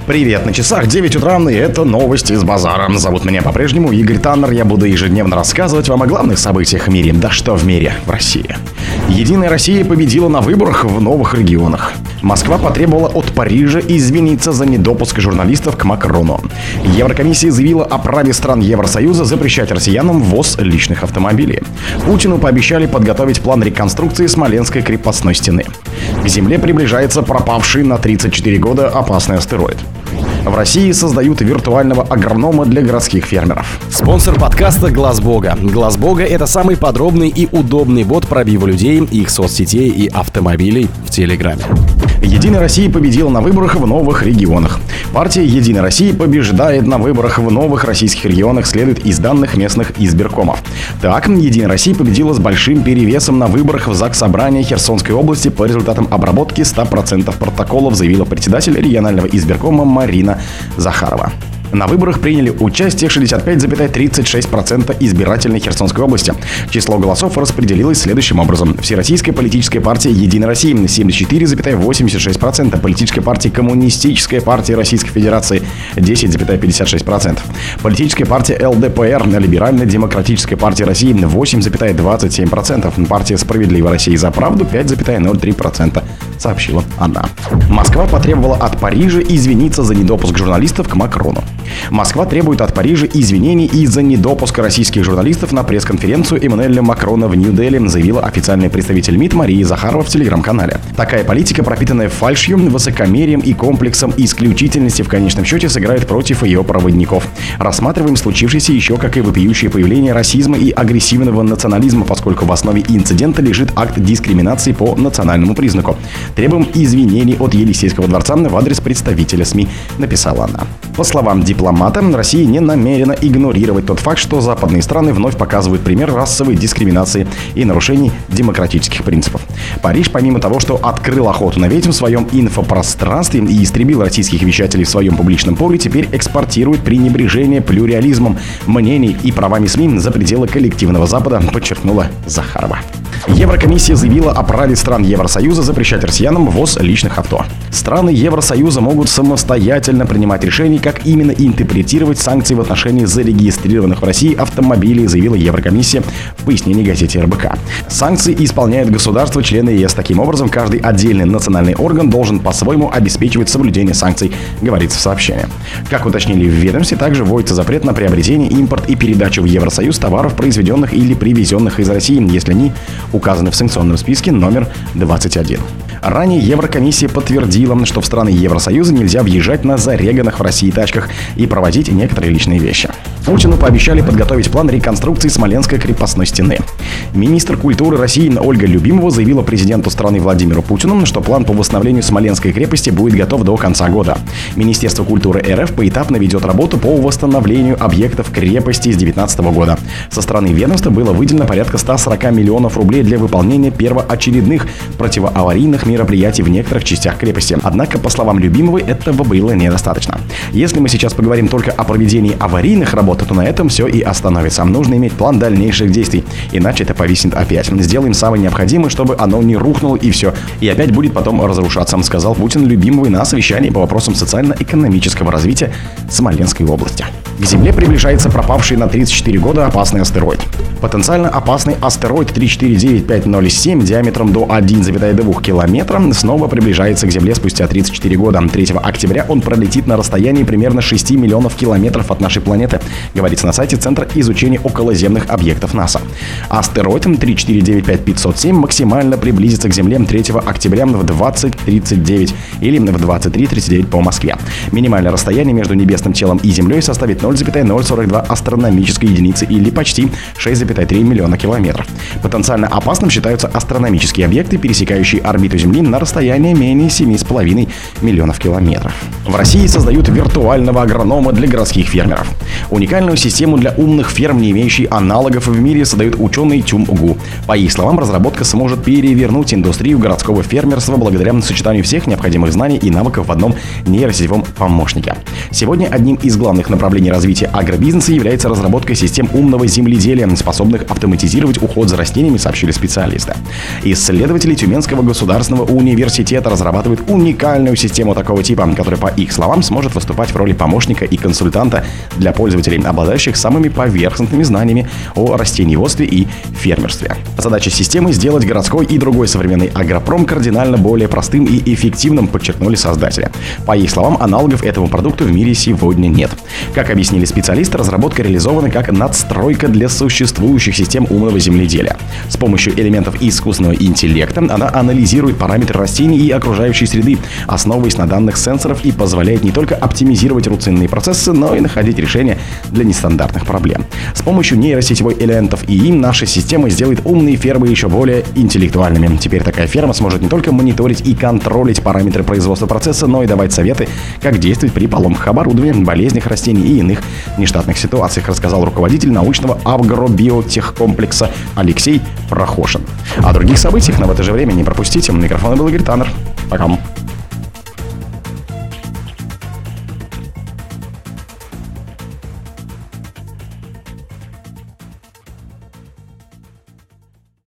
Привет, на часах 9 утра, и это новости из базара. Зовут меня по-прежнему Игорь Таннер. Я буду ежедневно рассказывать вам о главных событиях в мире. Да что в мире, в России. Единая Россия победила на выборах в новых регионах. Москва потребовала от Парижа извиниться за недопуск журналистов к Макрону. Еврокомиссия заявила о праве стран Евросоюза запрещать россиянам ввоз личных автомобилей. Путину пообещали подготовить план реконструкции Смоленской крепостной стены. К Земле приближается пропавший на 34 года опасный астероид. В России создают виртуального агронома для городских фермеров. Спонсор подкаста Глаз Бога. Глаз Бога — это самый подробный и удобный бот пробива людей, их соцсетей и автомобилей в Телеграме. Единая Россия победила на выборах в новых регионах. Партия «Единая Россия» побеждает на выборах в новых российских регионах, следует из данных местных избиркомов. Так, «Единая Россия» победила с большим перевесом на выборах в Заксобрание Херсонской области по результатам обработки 100% протоколов, заявила председатель регионального избиркома Марина Захарова. На выборах приняли участие 65,36% избирателей Херсонской области. Число голосов распределилось следующим образом. Всероссийская политическая партия «Единая Россия» 74,86%, политическая партия «Коммунистическая партия Российской Федерации» 10,56%, политическая партия ЛДПР «Либерально-демократическая партия России» 8,27%, партия «Справедливая Россия за правду» 5,03%, сообщила она. Москва потребовала от Парижа извиниться за недопуск журналистов к Макрону. Москва требует от Парижа извинений из-за недопуска российских журналистов на пресс-конференцию Эммануэля Макрона в Нью-Дели, заявила официальный представитель МИД Мария Захарова в телеграм-канале. Такая политика, пропитанная фальшью, высокомерием и комплексом исключительности, в конечном счете сыграет против ее проводников. Рассматриваем случившееся еще как и вопиющее появление расизма и агрессивного национализма, поскольку в основе инцидента лежит акт дискриминации по национальному признаку. Требуем извинений от Елисейского дворца в адрес представителя СМИ, написала она. По словам дипломата, Россия не намерена игнорировать тот факт, что западные страны вновь показывают пример расовой дискриминации и нарушений демократических принципов. Париж, помимо того, что открыл охоту на ведьм в своем инфопространстве и истребил российских вещателей в своем публичном поле, теперь экспортирует пренебрежение плюрализмом мнений и правами СМИ за пределы коллективного Запада, подчеркнула Захарова. Еврокомиссия заявила о праве стран Евросоюза запрещать россиянам ввоз личных авто. Страны Евросоюза могут самостоятельно принимать решения, как именно интерпретировать санкции в отношении зарегистрированных в России автомобилей, заявила Еврокомиссия в пояснении газете РБК. Санкции исполняют государства-члены ЕС. Таким образом, каждый отдельный национальный орган должен по-своему обеспечивать соблюдение санкций, говорится в сообщении. Как уточнили в ведомстве, также вводится запрет на приобретение, импорт и передачу в Евросоюз товаров, произведенных или привезенных из России, если они указаны в санкционном списке номер 21. Ранее Еврокомиссия подтвердила, что в страны Евросоюза нельзя въезжать на зареганных в России тачках и проводить некоторые личные вещи. Путину пообещали подготовить план реконструкции Смоленской крепостной стены. Министр культуры России Ольга Любимова заявила президенту страны Владимиру Путину, что план по восстановлению Смоленской крепости будет готов до конца года. Министерство культуры РФ поэтапно ведет работу по восстановлению объектов крепости с 2019 года. Со стороны ведомства было выделено порядка 140 миллионов рублей для выполнения первоочередных противоаварийных мероприятий в некоторых частях крепости. Однако, по словам Любимовой, этого было недостаточно. Если мы сейчас поговорим только о проведении аварийных работ, то на этом все и остановится. Нужно иметь план дальнейших действий, иначе это повиснет опять. Сделаем самое необходимое, чтобы оно не рухнуло и все. И опять будет потом разрушаться, сказал Путин Любимовой на совещании по вопросам социально-экономического развития Смоленской области. К Земле приближается пропавший на 34 года опасный астероид. Потенциально опасный астероид 349507 диаметром до 1,2 километра снова приближается к Земле спустя 34 года. 3 октября он пролетит на расстоянии примерно 6 миллионов километров от нашей планеты, говорится на сайте Центра изучения околоземных объектов НАСА. Астероид 349507 максимально приблизится к Земле 3 октября в 20:39 или в 23:39 по Москве. Минимальное расстояние между небесным телом и Землей составит 0,042 астрономической единицы или почти 6,3 миллиона километров. Потенциально опасным считаются астрономические объекты, пересекающие орбиту Земли на расстоянии менее 7,5 миллионов километров. В России создают виртуального агронома для городских фермеров. Уникальную систему для умных ферм, не имеющей аналогов в мире, создают ученые ТюмГУ. По их словам, разработка сможет перевернуть индустрию городского фермерства благодаря сочетанию всех необходимых знаний и навыков в одном нейросетевом помощнике. Сегодня одним из главных направлений развития агробизнеса является разработка систем умного земледелия, способных автоматизировать уход за растениями, сообщили специалисты. Исследователи Тюменского государственного университета разрабатывают уникальную систему такого типа, которая по их словам, сможет выступать в роли помощника и консультанта для пользователей, обладающих самыми поверхностными знаниями о растениеводстве и фермерстве. Задача системы — сделать городской и другой современный агропром кардинально более простым и эффективным, подчеркнули создатели. По их словам, аналогов этому продукту в мире сегодня нет. Как объяснили специалисты, разработка реализована как надстройка для существующих систем умного земледелия. С помощью элементов искусственного интеллекта она анализирует параметры растений и окружающей среды, основываясь на данных сенсоров, и позволяет не только оптимизировать рутинные процессы, но и находить решения для нестандартных проблем. С помощью нейросетевой элементов ИИ наша система сделает умные фермы еще более интеллектуальными. Теперь такая ферма сможет не только мониторить и контролить параметры производства процесса, но и давать советы, как действовать при поломках оборудования, болезнях растений и иных нештатных ситуациях, рассказал руководитель научного агробиотехкомплекса Алексей Прохошин. О других событиях, но в это же время не пропустите. У микрофона был Игорь Таннер. Пока.